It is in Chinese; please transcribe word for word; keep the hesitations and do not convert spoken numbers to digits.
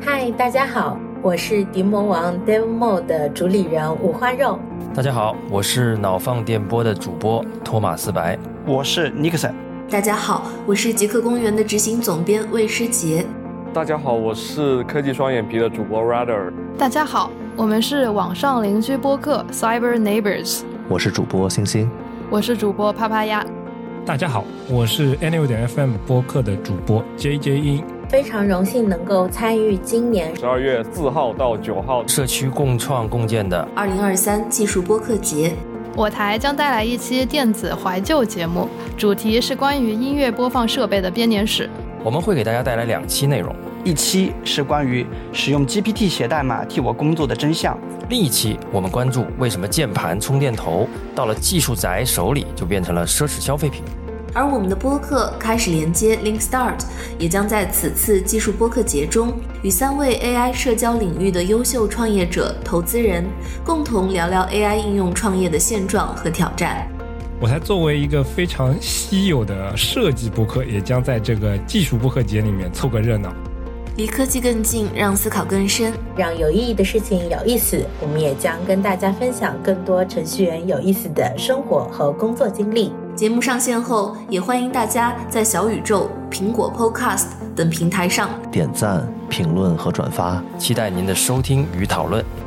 嗨，大家好，我是迪魔王 DevMo 的主理人五花肉。 大家好，我是脑放电波的主播托马斯白。 我是 Nixon。 大家好，我是极客公园的执行总编魏诗杰。 大家好，我是科技双眼皮的主播 Radar。 大家好，我们是网上邻居播客 Cyber Neighbors。 我是主播星星。 我是主播啪啪鸭。 大家好，我是 Annual 点 F M 播客的主播 J J 音。 非常荣幸能够参与今年十二月四号到九号社区共创共建的二零二三技术播客节。 我台将带来一期电子怀旧节目，主题是关于音乐播放设备的编年史。 我们会给大家带来两期内容， 一期是关于使用 G P T 写代码替我工作的真相， 另一期我们关注为什么键盘充电头到了技术宅手里就变成了奢侈消费品。 而我们的播客开始连接 Linkstart 也将在此次技术播客节中与三位 A I 社交领域的优秀创业者、投资人共同聊聊 A I 应用创业的现状和挑战。 我台作为一个非常稀有的设计播客，也将在这个技术播客节里面凑个热闹。 离科技更近，让思考更深， 让有意义的事情有意思。我们也将跟大家分享更多程序员有意思的生活和工作经历。 节目上线后，也欢迎大家在小宇宙、苹果 Podcast 等平台上点赞、评论和转发， 期待您的收听与讨论。